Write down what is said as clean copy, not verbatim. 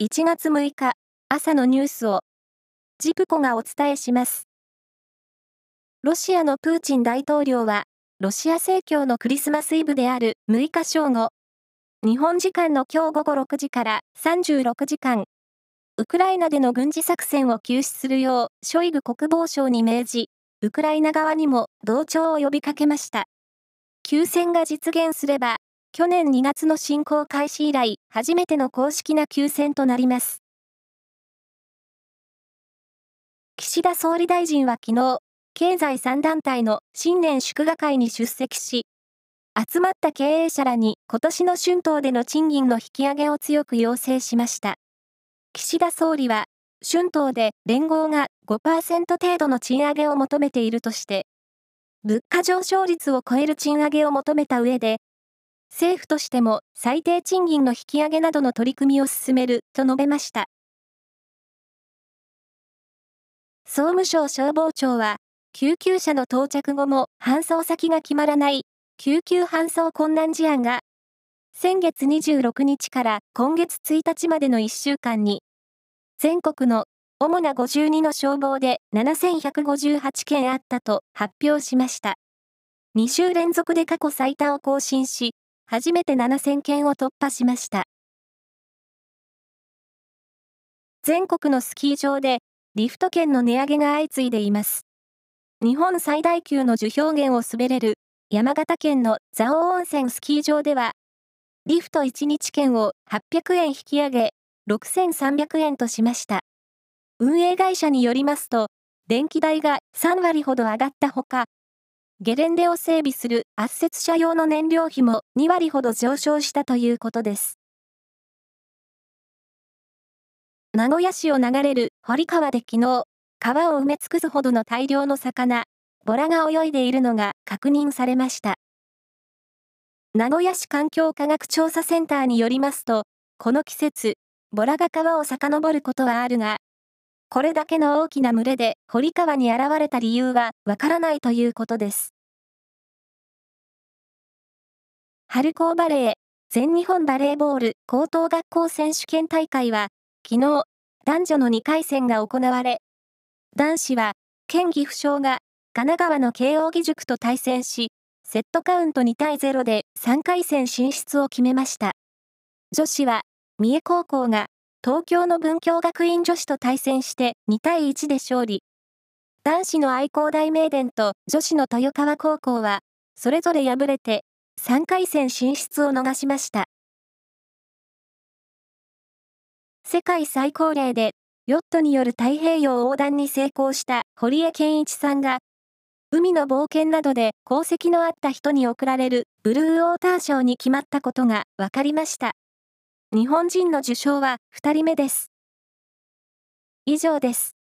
1月6日、朝のニュースを、ジプコがお伝えします。ロシアのプーチン大統領は、ロシア正教のクリスマスイブである6日正午、日本時間の今日午後6時から36時間、ウクライナでの軍事作戦を休止するよう、ショイグ国防相に命じ、ウクライナ側にも同調を呼びかけました。休戦が実現すれば、去年2月の侵攻開始以来、初めての公式な休戦となります。岸田総理大臣は昨日、経済3団体の新年祝賀会に出席し、集まった経営者らに今年の春闘での賃金の引き上げを強く要請しました。岸田総理は、春闘で連合が 5% 程度の賃上げを求めているとして、物価上昇率を超える賃上げを求めた上で、政府としても最低賃金の引き上げなどの取り組みを進めると述べました。総務省消防庁は、救急車の到着後も搬送先が決まらない救急搬送困難事案が、先月26日から今月1日までの1週間に、全国の主な52の消防で7158件あったと発表しました。2週連続で過去最多を更新し、初めて7000件を突破しました。全国のスキー場でリフト券の値上げが相次いでいます。日本最大級の樹氷原を滑れる山形県の蔵王温泉スキー場では、リフト1日券を800円引き上げ、6300円としました。運営会社によりますと、電気代が3割ほど上がったほか、ゲレンデを整備する圧雪車用の燃料費も2割ほど上昇したということです。名古屋市を流れる堀川で昨日、川を埋め尽くすほどの大量の魚、ボラが泳いでいるのが確認されました。名古屋市環境科学調査センターによりますと、この季節、ボラが川を遡ることはあるが、これだけの大きな群れで堀川に現れた理由はわからないということです。春高バレー、全日本バレーボール高等学校選手権大会は、昨日、男女の2回戦が行われ、男子は、県岐阜商が神奈川の慶応義塾と対戦し、セットカウント2対0で3回戦進出を決めました。女子は、三重高校が東京の文京学院女子と対戦して2対1で勝利。男子の愛工大名電と女子の豊川高校は、それぞれ敗れて3回戦進出を逃しました。世界最高齢で、ヨットによる太平洋横断に成功した堀江謙一さんが、海の冒険などで功績のあった人に贈られるブルーウォーター賞に決まったことが分かりました。日本人の受賞は2人目です。以上です。